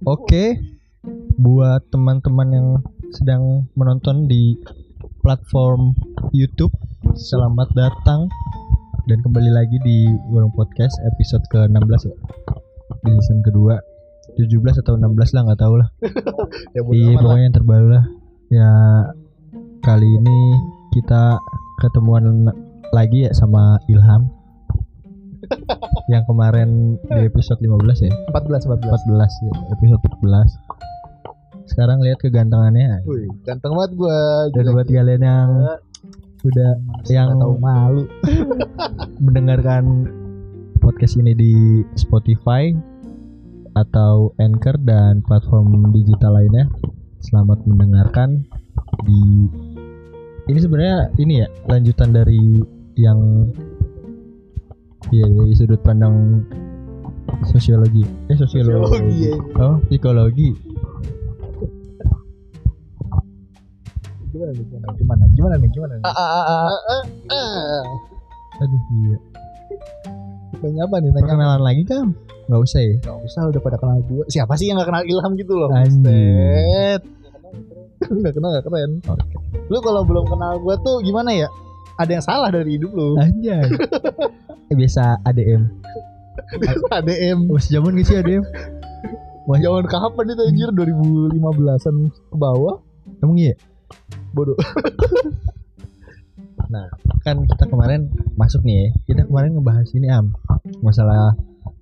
Oke, buat teman-teman yang sedang menonton di platform YouTube, selamat datang dan kembali lagi di Warung Podcast episode ke-16 ya. Di season kedua, 17 atau 16 lah, nggak tahu lah. Ya, Iya, pokoknya yang terbaru lah. Ya, kali ini kita ketemuan lagi ya sama Ilham. Yang kemarin di episode 15 ya. 14 ya, episode 14. Sekarang lihat kegantengannya. Wih, ganteng banget gua. Dan buat kalian yang udah yang tahu malu mendengarkan podcast ini di Spotify atau Anchor dan platform digital lainnya, selamat mendengarkan. Ini sebenarnya ini ya lanjutan dari yang dari sudut pandang sosiologi. Sosiologi. Oh, psikologi. Gimana nih? Aduh, iya. Nanya apa nih? Perkenalan lagi kan? Nggak usah ya? Nggak usah, udah pada kenal gua. Siapa sih yang nggak kenal Ilham gitu loh? Anjir. Nggak kenal nggak keren. Oke. Lu kalau belum kenal gua tuh gimana ya? Ada yang salah dari hidup lu. Anjay. Biasa ADM. ADM. Masih zaman gak sih ADM? Zaman kapan itu anjir? 2015an ke bawah. Emang iya? Bodoh. Nah, kan kita kemarin masuk nih ya. Kita kemarin ngebahas ini masalah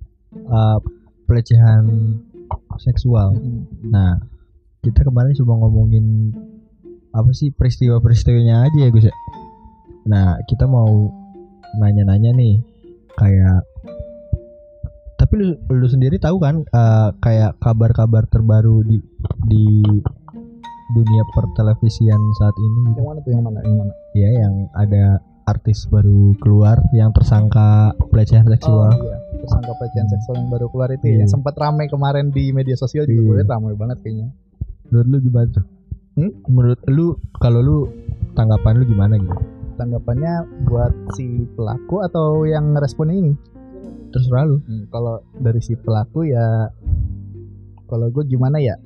pelecehan seksual. Nah, kita kemarin cuma ngomongin apa sih peristiwa-peristiwanya aja ya Gus ya. Nah, kita mau nanya-nanya nih, kayak tapi lu sendiri tahu kan kayak kabar-kabar terbaru di dunia pertelevisian saat ini. Yang mana tuh? Yang mana? Ya, yang ada artis baru keluar yang tersangka pelecehan seksual. Oh, iya. Tersangka pelecehan seksual yang baru keluar itu ya. Sempat ramai kemarin di media sosial juga. Ramai banget kayaknya. Menurut lu gimana tuh? Menurut lu, kalau lu tanggapan lu gimana gitu? Tanggapannya buat si pelaku atau yang ngerespon ini? Terserah lu. Kalau dari si pelaku ya, kalau gue gimana ya,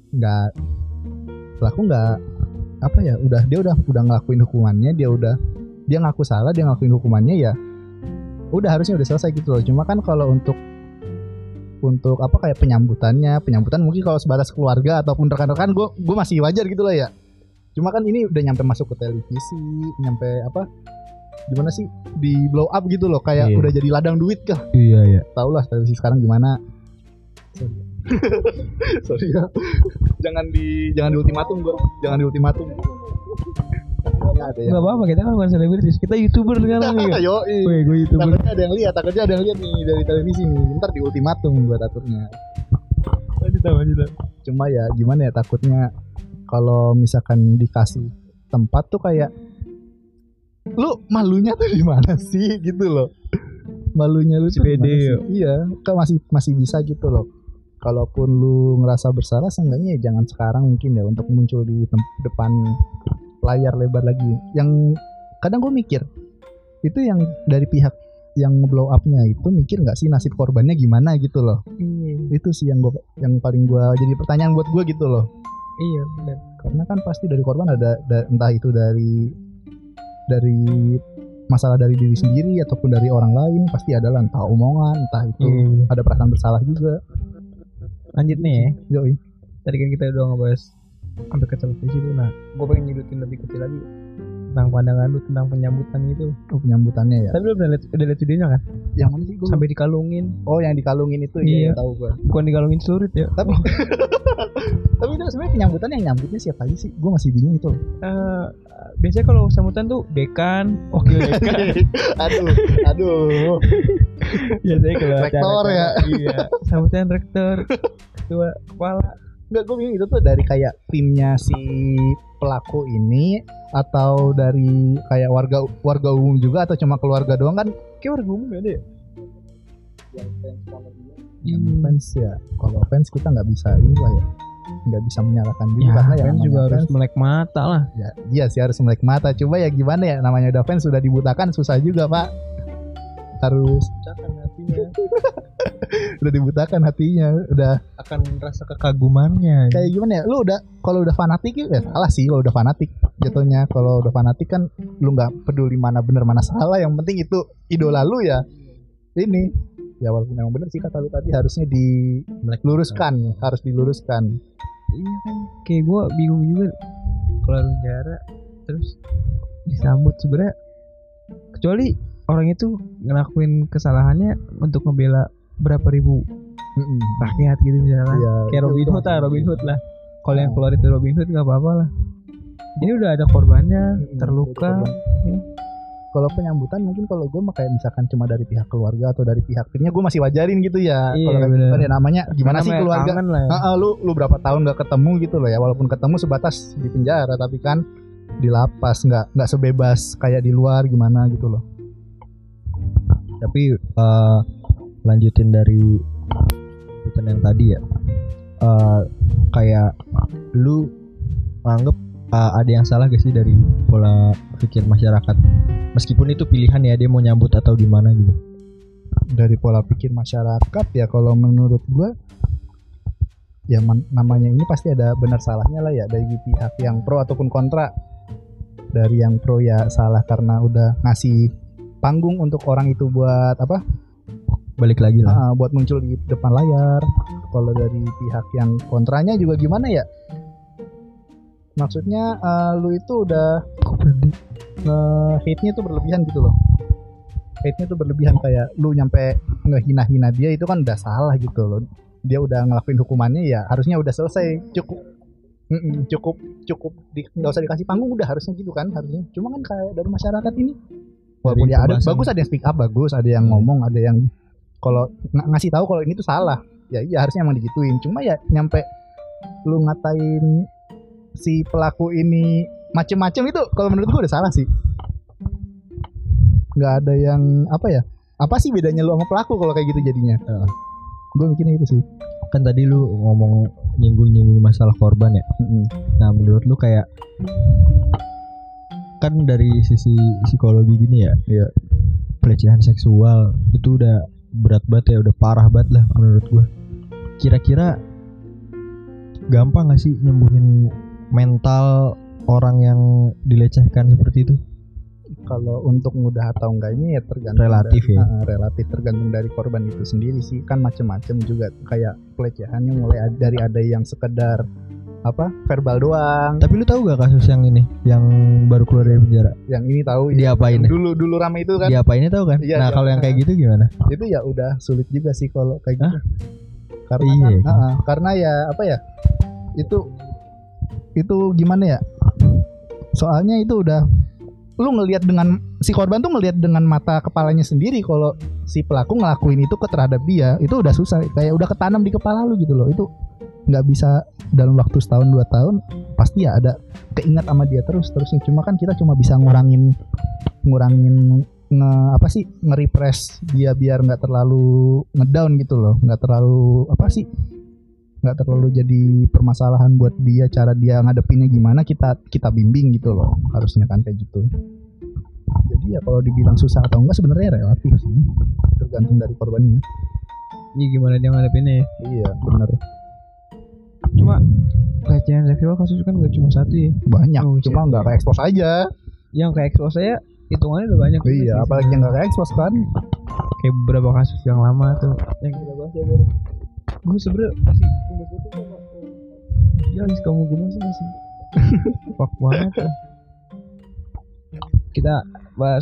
pelaku nggak apa ya, dia udah ngelakuin hukumannya, dia ngaku salah, dia ngelakuin hukumannya ya, udah harusnya udah selesai gitu loh. Cuma kan kalau untuk apa kayak penyambutan mungkin kalau sebatas keluarga ataupun rekan-rekan gue masih wajar gitu loh ya. Cuma kan ini udah nyampe masuk ke televisi, nyampe apa, gimana sih, di blow up gitu loh, kayak udah jadi ladang duit kah? Iya. Tau lah televisi sekarang gimana. Sorry ya. Jangan di ultimatum gua. Jangan di ultimatum. Enggak apa-apa, kita kan bukan selebritis, kita YouTuber sekarang nih. Yo, gue YouTuber. Takutnya ada yang lihat nih dari televisi nih. Ntar di ultimatum buat aturnya. Lanjut. Cuma ya gimana ya, takutnya kalau misalkan dikasih tempat tuh kayak, lu malunya tuh di mana sih gitu loh. Malunya lu tuh di mana sih? Iya, kan masih bisa gitu loh. Kalaupun lu ngerasa bersalah, seenggaknya ya jangan sekarang mungkin ya, untuk muncul di depan layar lebar lagi. Yang kadang gue mikir, itu yang dari pihak yang nge-blow up-nya itu mikir nggak sih nasib korbannya gimana gitu loh. Itu sih yang paling gue jadi pertanyaan buat gue gitu loh. Iya, benar. Karena kan pasti dari korban ada entah itu dari masalah dari diri sendiri ataupun dari orang lain, pasti ada lah, entah omongan, entah itu ada perasaan bersalah juga. Lanjut nih ya. Yoi. Tadi kan kita udah ngebahas sampai ke televisi tuh. Nah, gue pengen nyudutin lebih kecil lagi tentang pandangan lu tentang penyambutan itu. Penyambutannya ya. Tapi lu udah lihat videonya kan? Yang mana sih? Sampai dikalungin. Oh, yang dikalungin itu. Iya, ya, tahu gua. Bukan dikalungin celurit ya. Tapi itu sebenarnya penyambutan yang nyambutnya siapa aja sih? Gue masih bingung itu. Biasanya kalau sambutan tuh dekan, wakil dekan. aduh. Biasanya kalau rektor ya. Iya, sambutan rektor, ketua kepala. Enggak, gue bingung itu tuh dari kayak timnya si pelaku ini atau dari kayak warga umum juga, atau cuma keluarga doang kan? Kayak warga umum gak ada ya? Yang fans ya. Kalau fans kita nggak bisa ini lah ya. Nggak bisa menyalahkan juga, karena ya fans juga harus melek mata lah. Ya, iya sih harus melek mata. Coba ya gimana ya, namanya udah fans sudah dibutakan, susah juga Pak. harus Dibutakan hatinya. udah dibutakan hatinya, udah Akan rasa kekagumannya. kayak gimana ya, lu udah kalau udah fanatik ya salah sih kalau udah fanatik jatuhnya. Kalau udah fanatik kan lu nggak peduli mana benar mana salah, yang penting itu idola lu ya. Ini ya walaupun memang benar sih kata lu tadi, harusnya diluruskan, harus diluruskan. Iya kan, kayak gue bingung juga kalau lu penjara terus disambut sebenarnya, kecuali orang itu ngelakuin kesalahannya untuk ngebela berapa ribu rakyat gitu misalnya. Iya, Kayak itu Robin Hood lah, maksudnya. Robin Hood lah. Kalau yang keluar itu Robin Hood nggak apa-apa lah. Ini udah ada korbannya, terluka. Kalau penyambutan mungkin kalau gue mah kayak misalkan cuma dari pihak keluarga atau dari pihak timnya, gue masih wajarin gitu ya. Iya, Kalau kayak bener. gitu kan ya namanya gimana sih Namanya keluarga? kangen lah ya. Lu berapa tahun gak ketemu gitu loh ya, walaupun ketemu sebatas di penjara tapi kan di lapas, nggak sebebas kayak di luar gimana gitu loh. Tapi lanjutin dari lanjutan yang tadi ya, kayak lu anggap ada yang salah gak sih dari pola pikir masyarakat, meskipun itu pilihan ya dia mau nyambut atau gimana gitu. Dari pola pikir masyarakat ya kalau menurut gua ya namanya ini pasti ada benar salahnya lah ya, dari pihak yang pro ataupun kontra. Dari yang pro ya salah karena udah ngasih panggung untuk orang itu buat apa, Balik lagi lah. buat muncul di depan layar. Kalau dari pihak yang kontranya juga gimana ya, maksudnya lu itu udah hate-nya tuh berlebihan gitu loh. Hate-nya tuh berlebihan, kayak lu nyampe ngehina-hina dia, itu kan udah salah gitu loh. Dia udah ngelakuin hukumannya ya harusnya udah selesai, cukup nggak usah dikasih panggung, udah harusnya gitu kan harusnya. Cuma kan kayak dari masyarakat ini walaupun Dari ya ada pembahasan. bagus, ada yang speak up bagus, ada yang ngomong, ada yang kalau ngasih tahu kalau ini tuh salah ya, iya harusnya emang digituin. Cuma ya nyampe lu ngatain si pelaku ini macem-macem, itu kalau menurut gua udah salah sih. Nggak ada yang apa sih bedanya lu sama pelaku kalau kayak gitu jadinya. Gue mikirnya itu sih. Kan tadi lu ngomong nyinggung masalah korban ya. Nah menurut lu kayak, kan dari sisi psikologi gini ya, pelecehan seksual itu udah berat banget ya, udah parah banget lah menurut gua. Kira-kira gampang gak sih nyembuhin mental orang yang dilecehkan seperti itu? Kalau untuk mudah atau enggaknya ya tergantung Relatif dari, ya. Relatif tergantung dari korban itu sendiri sih. Kan macam-macam juga, kayak pelecehannya mulai dari ada yang sekedar verbal doang. Tapi lu tahu gak kasus yang ini, yang baru keluar dari penjara? Yang ini tahu Diapain ya? dulu rame itu kan. Diapainnya tahu kan? Iya, Nah iya. kalau yang kayak gitu gimana? Itu ya udah sulit juga sih kalau kayak gitu. Karena Iya. karena ya itu gimana ya? Soalnya itu udah lu ngelihat dengan si korban tuh ngelihat dengan mata kepalanya sendiri kalau si pelaku ngelakuin itu terhadap dia, itu udah susah, kayak udah ketanam di kepala lu gitu loh. Itu nggak bisa dalam waktu setahun 2 tahun, pasti ya ada keingat sama dia terusnya. Cuma kan kita cuma bisa ngurangin nge-repress dia biar nggak terlalu ngedown gitu loh, nggak terlalu jadi permasalahan buat dia. Cara dia ngadepinnya gimana, kita bimbing gitu loh, harusnya kan kayak gitu. Jadi ya kalau dibilang susah atau enggak sebenarnya relatif sih, tergantung dari korbannya. Iya, gimana dia ngadepinnya ya. Iya benar, Cuma pelecehan seksual kasus kan gak cuma satu ya. banyak, Oh, cuma siap. nggak ke expose aja. Yang kayak expose saya hitungannya udah banyak. Iya, apalagi yang nggak ke expose kan. Kayak beberapa kasus yang lama tuh yang kita bahas ya baru. Gue sebenernya masih ya habis kamu gue masih fuck banget lah. Kita bahas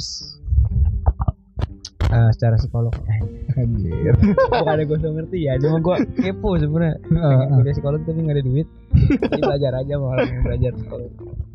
secara psikolog. Anjir. Bukan ada gue so ngerti ya, cuma gue kepo sebenarnya. Pengen kuliah psikolog tapi nggak ada duit. Jadi belajar aja sama orang yang belajar psikolog.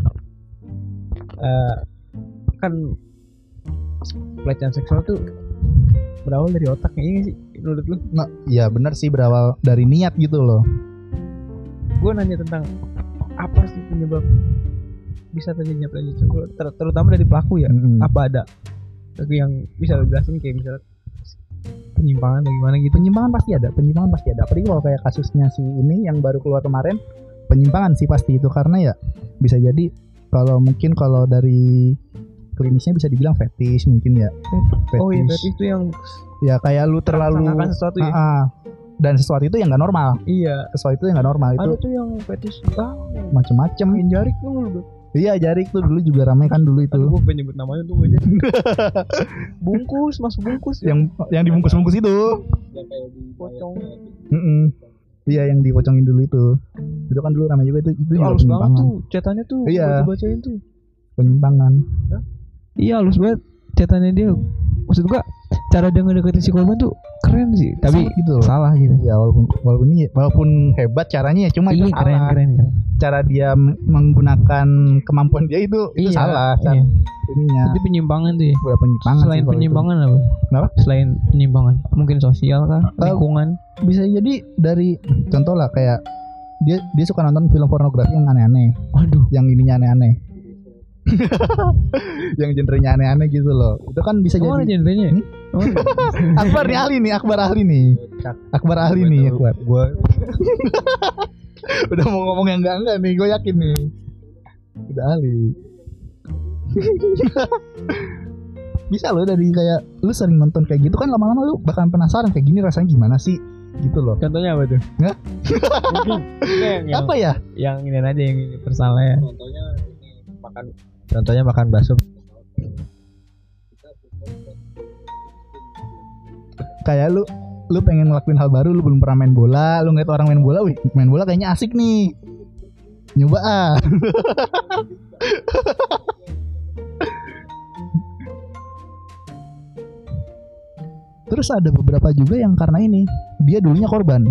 Kan pelecehan seksual tuh berawal dari otaknya, iya gak sih menurut lu? Nah, iya benar sih, berawal dari niat gitu loh. Gue nanya tentang apa sih penyebab bisa terjadinya pelecehan seksual, terutama dari pelaku ya. Apa ada yang bisa lo jelasin, kayak misalnya penyimpangan atau gimana gitu? Penyimpangan pasti ada. Apalagi kalau kayak kasusnya si ini yang baru keluar kemarin, penyimpangan sih pasti itu. Karena ya bisa jadi kalau dari klinisnya bisa dibilang fetish mungkin ya. Oh iya, fetish itu yang ya kayak lu terlalu melaksanakan sesuatu ya. Dan sesuatu itu yang nggak normal. Iya. Sesuatu itu yang nggak normal itu. Ada tuh yang fetish macem-macem. main jarik lu. Iya, jarik tuh dulu juga ramai kan dulu itu. Gue pengen nyebut namanya tuh aja. Bungkus, masuk bungkus. Yang dibungkus-bungkus itu. Yang kayak dipocong. Iya, yang dipocongin dulu itu. Itu kan dulu ramai juga itu juga halus banget penyimpangan. tuh cetannya tuh. Iya. Gue bacain tuh. Penyimpangan. Iya, halus banget cetannya dia. Maksud gua cara dia ngedeketin si korban tuh keren sih, tapi gitu salah gitu. Ya walaupun hebat caranya ya, cuma itu salah. Keren ya. Cara dia menggunakan kemampuan dia itu salah. Iya. Ininya. Itu penyimpangan tuh ya. Udah penyimpangan. Selain penyimpangan apa? Kenapa? Selain penyimpangan, mungkin sosial kah, lingkungan. Bisa jadi dari contoh lah kayak dia suka nonton film pornografi yang aneh-aneh. Waduh, yang ininya aneh-aneh. Yang genrenya aneh-aneh gitu loh. Itu kan bisa jadi. Genrenya? Akbar ahli nih. Akbar ahli nih. Gue udah mau ngomong yang enggak nih, gue yakin nih. Udah ahli. Bisa loh dari kayak lu sering nonton kayak gitu kan lama-lama lu bakalan penasaran kayak gini rasanya gimana sih gitu loh. Contohnya apa tuh? Hah? Mungkin apa ya? Yang ini aja yang tersalah ya. Contohnya makan bakso. Kayak lu pengen ngelakuin hal baru, lu belum pernah main bola, lu ngeliat orang main bola, wih main bola kayaknya asik nih, nyoba ah. Terus ada beberapa juga yang karena ini dia dulunya korban,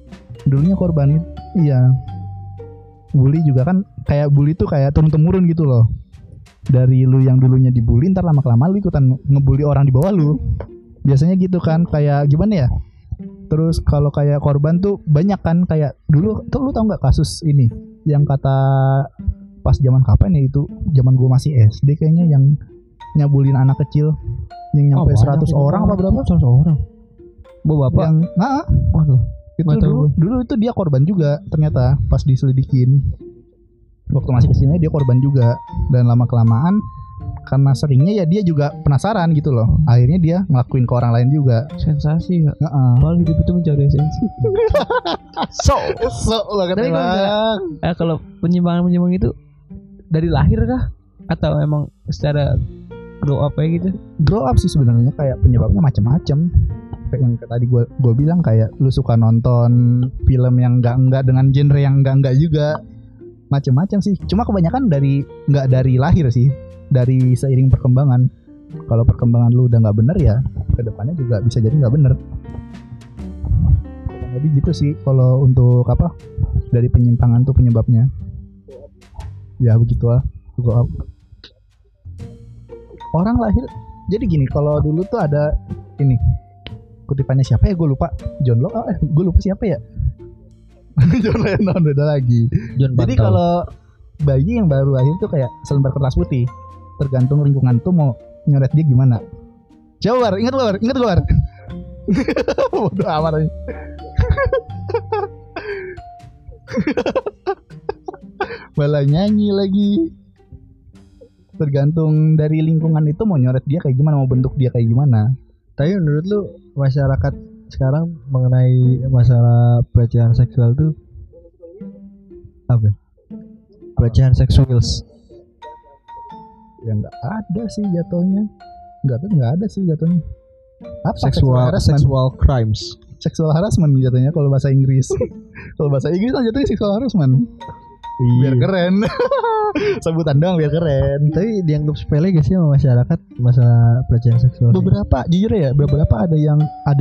iya. Bully juga kan kayak bully tuh kayak turun-temurun gitu loh. Dari lu yang dulunya dibully, ntar lama-kelamaan lu ikutan ngebully orang di bawah lu. Biasanya gitu kan, kayak gimana ya? Terus kalau kayak korban tuh banyak kan, kayak dulu tuh lu tau nggak kasus ini yang kata pas zaman kapan ya itu, zaman gua masih SD kayaknya, yang nyabulin anak kecil yang nyampe 100 orang apa berapa? 100 orang. Bapak. Yang waduh. Itu dulu itu dia korban juga ternyata pas diselidikin. Waktu masih kesini dia korban juga, dan lama kelamaan karena seringnya ya dia juga penasaran gitu loh. Akhirnya dia ngelakuin ke orang lain juga. Sensasi ya. Malah hidup itu mencari esensi. so lah kata bang. Kalau penyimpangan itu dari lahir kah? Atau emang secara grow up ya gitu? Grow up sih sebenarnya, kayak penyebabnya macam-macam. Kayak yang tadi gue bilang, kayak lu suka nonton film yang enggak dengan genre yang enggak juga, macam-macam sih. Cuma kebanyakan enggak dari lahir sih, dari seiring perkembangan. Kalau perkembangan lu udah enggak bener ya, kedepannya juga bisa jadi enggak bener. Lebih gitu sih kalau untuk dari penyimpangan tuh penyebabnya. Ya begitulah. Grow up. Orang lahir jadi gini, kalau dulu tuh ada ini kutipannya siapa ya, gue lupa. John Locke, gue lupa siapa ya. John Lennon beda lagi. Jadi kalau bayi yang baru lahir tuh kayak selembar kertas putih, tergantung lingkungan tuh mau nyoret dia gimana. Coba ingat luar. Bodoh amat aja. Malah nyanyi lagi. Tergantung dari lingkungan itu mau nyoret dia kayak gimana, mau bentuk dia kayak gimana. Tapi menurut lu masyarakat sekarang mengenai masalah pelecehan seksual tuh apa? Pelecehan seksual ya nggak ada sih jatuhnya. Nggak ada sih jatuhnya. Apa? Sexual crimes. Sexual harassment jatuhnya kalau bahasa Inggris. Kalau bahasa Inggris kan jatuhnya sexual harassment. Biar keren. Sebutan doang biar keren. Tapi dianggap sepele gak sih sama masyarakat masalah pelecehan seksual? Beberapa, jujur ya, beberapa ada yang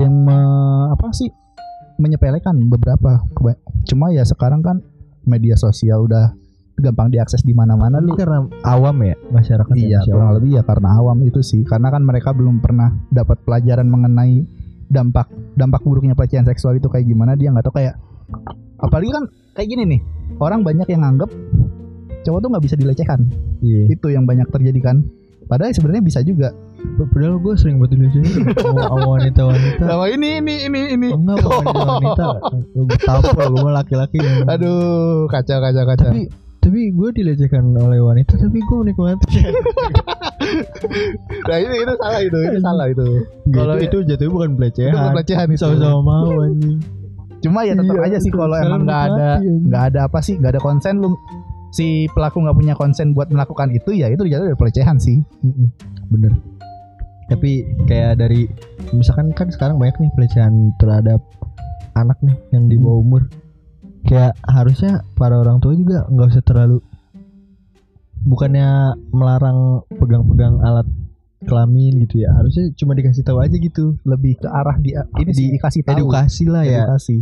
menyepelekan beberapa. Cuma ya sekarang kan media sosial udah gampang diakses di mana-mana. Ini karena awam ya masyarakat. Iya, kurang lebih ya karena awam itu sih. Karena kan mereka belum pernah dapat pelajaran mengenai dampak buruknya pelecehan seksual itu kayak gimana. Dia nggak tahu, kayak apalagi kan kayak gini nih, orang banyak yang nganggep cowok tuh nggak bisa dilecehkan. Iya. Itu yang banyak terjadi kan. Padahal sebenarnya bisa juga. Padahal gue sering buat dilecehin sama wanita. Sama ini. Enggak, wanita. Gue tampol, gue laki-laki. Aduh, kacau. Tapi Tapi gue dilecehkan oleh wanita, tapi gue menikmati. Nah itu salah itu. Kalau itu jatuhnya bukan pelecehan. Itu bukan pelecehan itu. Sama-sama mau anjing. Cuma ya tetap Iya, aja sih itu kalau salah emang menikmati, nggak ada apa sih, nggak ada konsen lu, si pelaku nggak punya konsen buat melakukan itu, ya itu jatuh dari pelecehan sih. Bener. Tapi kayak dari misalkan kan sekarang banyak nih pelecehan terhadap anak nih yang di bawah umur. Kayak harusnya para orang tua juga nggak usah terlalu, bukannya melarang pegang-pegang alat kelamin gitu ya, harusnya cuma dikasih tahu aja gitu. Lebih ke arah ini sih dikasih tahu. Edukasi lah ya. Edukasi.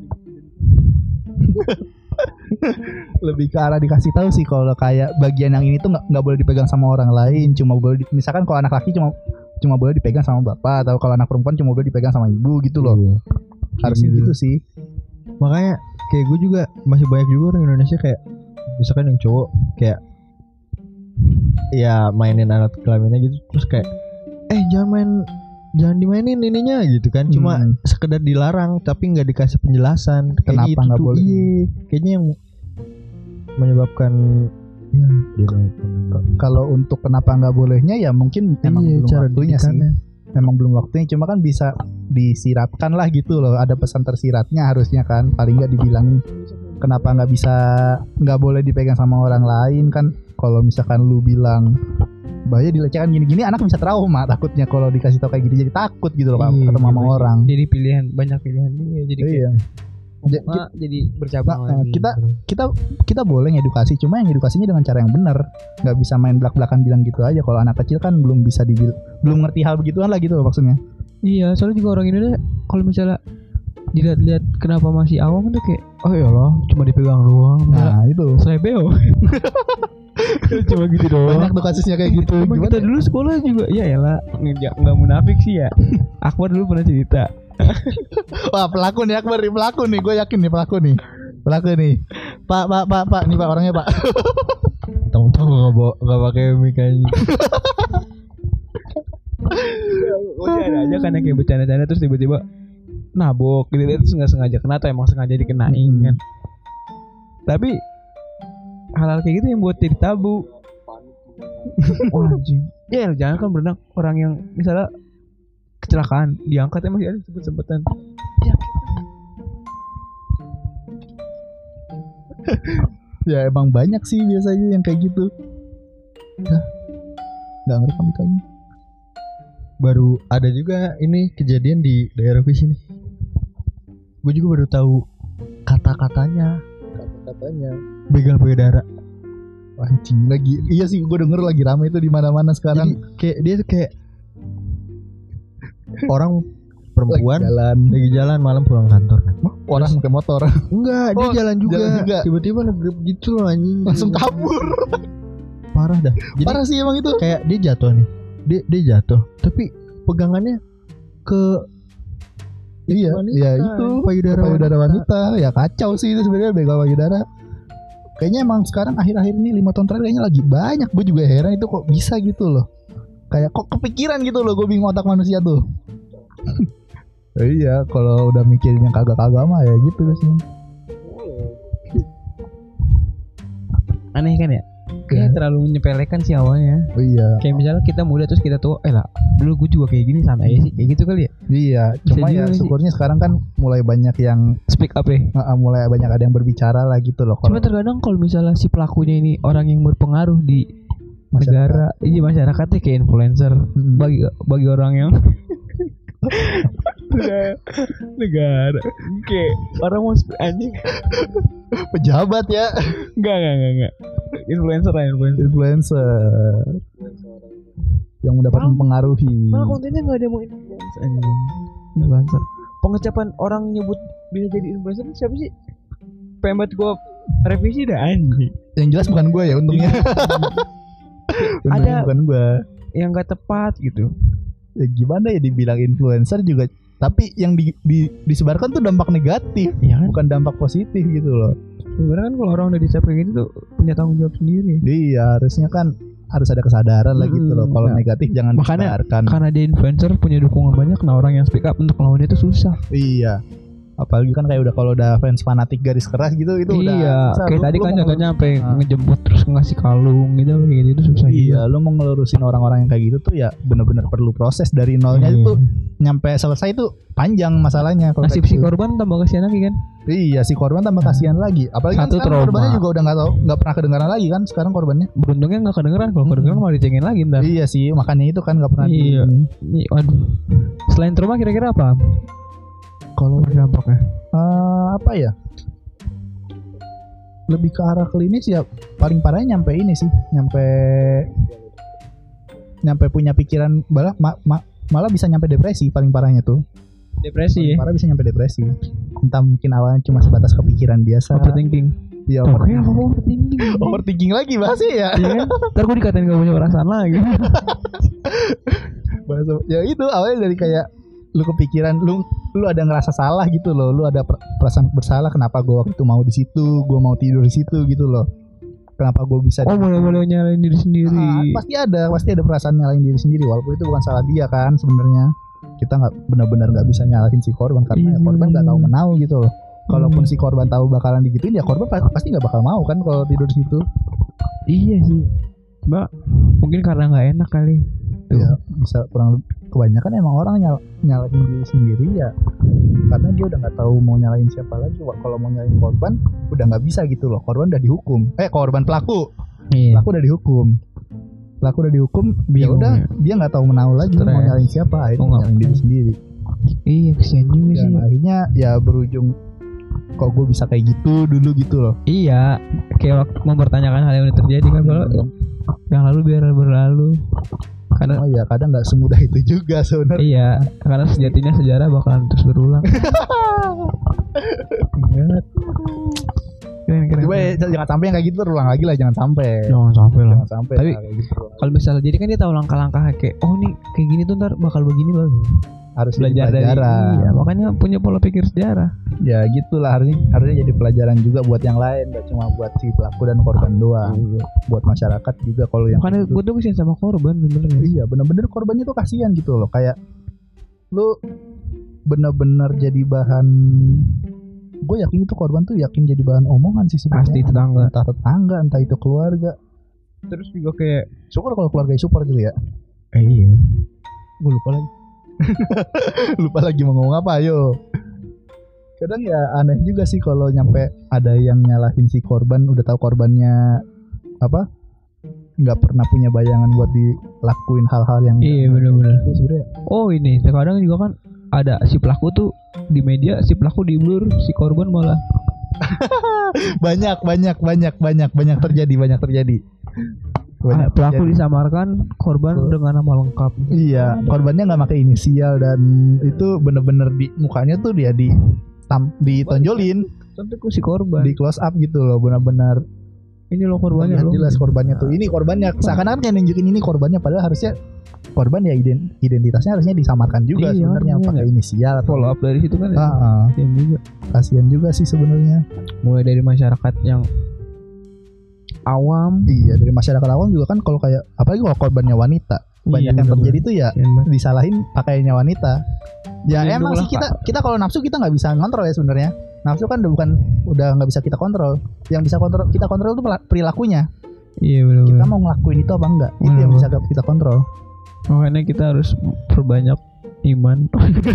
Lebih ke arah dikasih tahu sih, kalau kayak bagian yang ini tuh nggak boleh dipegang sama orang lain, cuma boleh misalkan kalau anak laki cuma boleh dipegang sama bapak, atau kalau anak perempuan cuma boleh dipegang sama ibu gitu loh. Iya. Harusnya gitu sih. Makanya kayak gue juga masih banyak juga orang Indonesia kayak misalkan yang cowok kayak ya mainin alat kelaminnya gitu, terus kayak jangan dimainin ininya gitu kan, cuma sekedar dilarang tapi nggak dikasih penjelasan Kenapa itu nggak boleh. kayaknya yang menyebabkan ya Kalau untuk kenapa nggak bolehnya ya mungkin emang belum cara waktunya sih. didikannya. Memang belum waktunya, cuma kan bisa disiratkan lah gitu loh, ada pesan tersiratnya harusnya kan, paling nggak dibilangin kenapa nggak boleh dipegang sama orang lain kan. Kalau misalkan lu bilang bahaya dilecehkan gini-gini, anak bisa trauma takutnya kalau dikasih tau kayak gitu, jadi takut gitu loh Iya, ketemu sama orang. Jadi pilihan, banyak pilihan dia, jadi Iya. jadi bercabang Nah, lagi. kita boleh ngedukasi, cuma yang edukasinya dengan cara yang benar, nggak bisa main belak-belakan bilang gitu aja. Kalau anak kecil kan belum ngerti hal begituan lah gitu maksudnya. Iya, soalnya juga orang Indonesia kalau misalnya dilihat-lihat kenapa masih awam tuh kayak oh ya Allah cuma dipegang doang. Nah itu Slebeo. Cuma gitu doang. banyak tuh kasusnya kayak gitu. Emang kita dulu sekolah juga ya elah nggak munafik sih ya. Akbar dulu pernah cerita. Wah pelaku nih Akbar, pelaku nih, gue yakin nih pelaku nih. Pak nih Pak orangnya Pak. Tong-tong nggak pakai mic aja. Ada aja kan yang kayak bercanda-canda terus tiba-tiba nabok gitu, terus nggak sengaja kena atau emang sengaja dikenain kan. Tapi hal-hal kayak gitu yang buat jadi tabu. Wah anjing. Ya jangan kan berenang orang yang misalnya kecelakaan diangkatnya masih ada sempet-sempetan. Ya emang banyak sih biasanya yang kayak gitu. Nggak ngerekam kayaknya. Baru ada juga ini kejadian di daerah gue sini. Gue juga baru tahu kata-katanya begal payudara. Anjing lagi. Iya sih, gue denger lagi rame itu di mana-mana sekarang. Jadi kayak dia tuh kayak orang perempuan lagi jalan malam pulang kantor kan. Orang pakai motor. Enggak, dia jalan juga. Tiba-tiba ngegrip gitu loh anjing. Langsung kabur. Parah dah. Jadi, parah sih emang itu. Kayak dia jatuh nih. Dia jatuh, tapi pegangannya ke wanita, iya itu payudara wanita. Ya kacau sih itu sebenarnya begal payudara. Kayaknya emang sekarang akhir-akhir ini 5 tahun terakhir kayaknya lagi banyak. Gue juga heran itu kok bisa gitu loh. Kayak kok kepikiran gitu loh, gue bingung otak manusia tuh. Iya, kalau udah mikirin yang kagak-kagak mah ya gitu sih. Aneh kan ya? Kayak terlalu menyepelekan sih awalnya. Oh iya. Kayak misalnya kita muda terus kita tua, lah dulu gue juga kayak gini santai sih, kayak gitu kali ya. Iya, cuma ya syukurnya sekarang kan mulai banyak yang speak up ya. Mulai banyak ada yang berbicara lah gitu loh. Cuma terkadang kalau misalnya si pelakunya ini orang yang berpengaruh di negara, iya masyarakatnya kayak influencer. Bagi orang yang negara kayak orang mau anjing pejabat ya. Enggak. Influencer yang mendapat mempengaruhi. Malah kontennya nggak ada mau influencer. Pengecapan orang nyebut bisa jadi influencer siapa sih? Pembat gue revisi dah anjing. Yang jelas bukan gue ya untungnya. Ada bukan gue yang nggak tepat gitu. Ya gimana ya dibilang influencer juga, tapi yang disebarkan tuh dampak negatif, ya kan? Bukan dampak positif gitu loh. Sebenarnya kan kalau orang udah dicap kayak gitu tuh punya tanggung jawab sendiri. Iya, harusnya kan harus ada kesadaran lah gitu loh. Kalau negatif jangan disebarkan. Karena dia influencer punya dukungan banyak, nah orang yang speak up untuk melawan dia itu susah. Iya. Apalagi kan kayak udah kalau udah fans fanatik garis keras gitu itu udah iya susah. kayak Lu- tadi lu kan mau- contohnya sampai ngejemput terus ngasih kalung gitu kayak gitu susah Iya, lu mau ngelurusin orang-orang yang kayak gitu tuh ya bener-bener perlu proses dari nolnya Iya. itu nyampe selesai tuh panjang masalahnya. Kalau nasib kayak si gitu. korban tambah kasihan lagi kan. Iya, si korban tambah kasihan lagi. Apalagi kan Satu sekarang trauma. korbannya juga udah nggak pernah kedengaran lagi kan sekarang korbannya. Beruntungnya nggak kedengeran, kalau kedengeran malah dicengin lagi ntar. Iya sih, makanya itu kan nggak pernah. Iya. Ini, waduh. Selain trauma kira-kira apa? Kalau dampaknya? Apa ya? Lebih ke arah klinis ya. Paling parahnya nyampe ini sih, nyampe punya pikiran malah bisa nyampe depresi paling parahnya tuh. Depresi ya. Parah bisa nyampe depresi. Entah mungkin awalnya cuma sebatas kepikiran biasa. Overthinking. Iya, Pokoknya apa overthinking? overthinking lagi bahasnya ya. Iya kan? Ntar gue dikatain gak punya perasaan lagi. Bahasa ya itu awalnya dari kayak lu kepikiran lu ada ngerasa salah gitu loh, lu ada perasaan bersalah kenapa gue waktu itu mau di situ, gue mau tidur di situ gitu loh, kenapa gue bisa Oh mulai nyalain diri sendiri. pasti ada perasaan nyalain diri sendiri walaupun itu bukan salah dia kan sebenarnya. Kita nggak benar-benar nggak bisa nyalahin si korban karena ya korban nggak tahu menau gitu loh. Kalaupun si korban tahu bakalan digituin ya korban pasti nggak bakal mau kan kalau tidur di situ. Iya sih. Mbak, mungkin karena nggak enak kali. Tuh. Ya bisa kurang kebanyakan emang orang nyalahin diri sendiri ya karena dia udah nggak tahu mau nyalahin siapa lagi. Kalau mau nyalahin korban udah nggak bisa gitu loh, korban udah dihukum korban pelaku Iya. udah dihukum ya Bingung udah ya. dia nggak tahu menau lagi Stres. mau nyalahin siapa, akhirnya Oh, nggak. nyalahin diri sendiri. Iya kesian juga sih. Dan akhirnya ya berujung kok gue bisa kayak gitu dulu gitu loh. Iya, kayak mempertanyakan hal yang udah terjadi kan kalau yang lalu biar berlalu. Karena Oh iya, kadang nggak semudah itu juga sebenarnya. iya, karena sejatinya sejarah bakalan terus berulang. Ingat. Keren. Coba ya, jangan sampai yang kayak gitu terulang lagi lah, jangan sampai. Jangan sampai lah. Jangan sampai. Tapi- lah, kayak gitu terulang. Kalau misalnya jadi kan dia tahu langkah-langkah kayak oh nih kayak gini tuh ntar bakal begini bagus. Harus jadi Belajar dari pelajaran. iya, makanya punya pola pikir sejarah. Ya gitulah, harusnya jadi pelajaran juga buat yang lain, gak cuma buat si pelaku dan korban doang. Buat masyarakat juga kalau yang Makanya gitu. gue tuh kesian sama korban sebenarnya. Iya, bener-bener korbannya tuh kasihan gitu loh. Kayak lu bener-bener jadi bahan. Gue yakin itu korban tuh yakin jadi bahan omongan sih Pasti sebenarnya. tetangga. Entah tetangga, entah itu keluarga. Terus juga kayak Syukur kalau keluarga support gitu ya. iya. Gue lupa lagi. Lupa lagi mau ngomong apa, ayo. Kadang ya aneh juga sih kalau nyampe ada yang nyalahin si korban, udah tahu korbannya apa, nggak pernah punya bayangan buat dilakuin hal-hal yang Iya benar-benar. itu sebenarnya. Oh ini terkadang juga kan ada si pelaku tuh di media si pelaku di blur si korban malah banyak terjadi. pelaku disamarkan korban dengan nama lengkap. Iya, korbannya nggak pakai inisial dan itu bener-bener di mukanya tuh dia ditonjolin, Tentu si korban. di close up gitu loh, benar-benar Ini lo korbannya lihat lo. jelas korbannya tuh. Ini korbannya seakan-akan kayak nunjukin ini korbannya, padahal harusnya korban ya identitasnya harusnya disamarkan juga Iya, sebenarnya iya, pakai inisial atau Follow up dari situ kan. Ya. Kasian juga. Kasian juga sih sebenarnya. Mulai dari masyarakat yang awam. Iya, dari masyarakat awam juga kan kalau kayak apalagi kalau korbannya wanita, banyak Iya, yang bener-bener. terjadi tuh ya Kasian banget. disalahin pakaiannya wanita. Ya Lindung emang lah, sih kita kalau nafsu kita nggak bisa ngontrol ya sebenarnya. Nafsu kan udah nggak bisa kita kontrol. Yang bisa kita kontrol itu perilakunya. Iya Kita benar-benar. mau ngelakuin itu apa enggak? Itu yang bisa kita kontrol. Makanya kita harus perbanyak iman.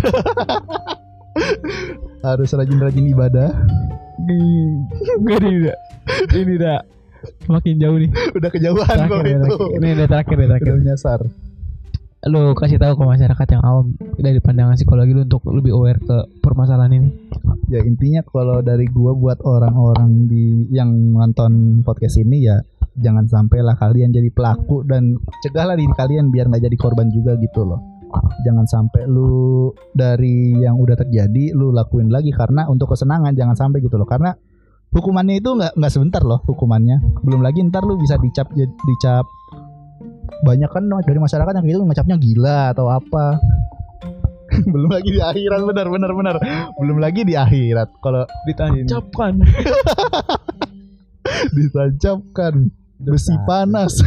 Harus rajin-rajin ibadah. Enggak nih, ini dah makin jauh nih. Udah kejauhan kok itu. Ini udah terakhir. Udah menyasar. Lu kasih tahu ke masyarakat yang awam dari pandangan psikologi lu untuk lebih aware ke permasalahan ini. Ya intinya kalau dari gua buat orang-orang yang nonton podcast ini ya jangan sampailah kalian jadi pelaku dan cegahlah diri kalian biar nggak jadi korban juga gitu loh. Jangan sampai lu dari yang udah terjadi lu lakuin lagi karena untuk kesenangan, jangan sampai gitu loh. Karena hukumannya itu nggak sebentar loh hukumannya. Belum lagi ntar lu bisa dicap banyak kan dari masyarakat yang gitu ngecapnya gila atau apa. Belum lagi di akhirat, benar. Belum lagi di akhirat kalau Ditancapkan. ditancapkan besi panas.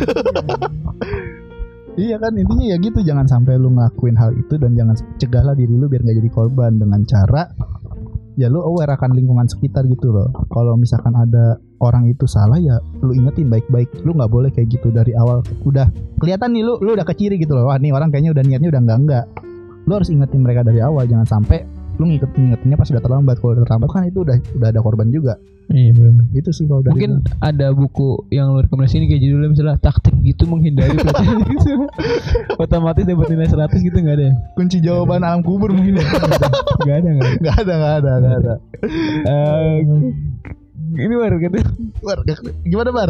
Iya kan intinya ya gitu, jangan sampai lu ngelakuin hal itu dan jangan cegahlah diri lu biar nggak jadi korban dengan cara ya lu aware akan lingkungan sekitar gitu loh. Kalau misalkan ada orang itu salah ya lu ingetin baik-baik. Lu nggak boleh kayak gitu dari awal. Udah kelihatan nih lu udah keciri gitu loh. Wah nih orang kayaknya udah niatnya udah enggak. Lu harus ingetin mereka dari awal, jangan sampai lu ngingetinnya pas udah terlambat. Kalau udah terlambat kan itu udah ada korban juga. Iya benar. Itu sih kalau dari Mungkin ada buku yang lu rekomendasi ini kayak judulnya misalnya taktik gitu menghindari pelecehan gitu. Otomatis dapat nilai 100 gitu enggak ada. kunci jawaban alam kubur mungkin. Enggak ada. Enggak ada. Ini baru gitu. Bar, gimana Bar?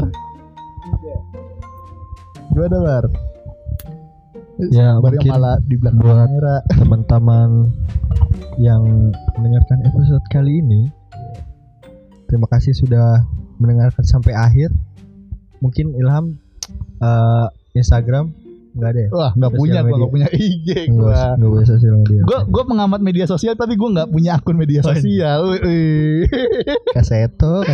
Gimana Bar? Ya, Bar yang mungkin malah di belakang buat kamera. teman-teman yang mendengarkan episode kali ini, terima kasih sudah mendengarkan sampai akhir. Mungkin Ilham Instagram nggak ada ya? Wah nggak punya, gue nggak punya IG gue. Nggak punya sosial media. Gue pengamat media sosial tapi gue nggak punya akun media sosial. Kaseto.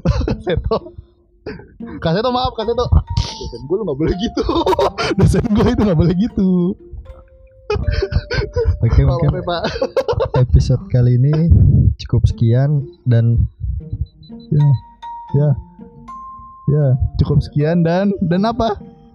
Maaf Kaseto. Dosen gue lu nggak boleh gitu. Dosen gue itu nggak boleh gitu. Oke, mungkin Pak. episode kali ini cukup sekian dan ya cukup sekian dan apa?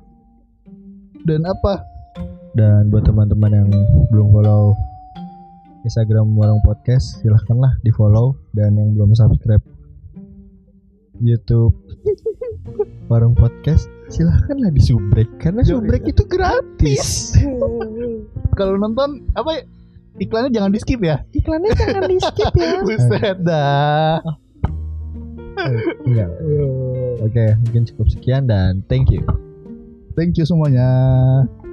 Dan buat teman-teman yang belum follow Instagram Warung Podcast, silahkanlah di follow, dan yang belum subscribe YouTube Warung Podcast, silahkanlah di subrek karena subrek itu gratis. Kalau nonton apa ya? Iklannya jangan di skip ya. Iklannya jangan di skip ya. Buset dah. Enggak. Oke, mungkin cukup sekian dan thank you. Thank you semuanya.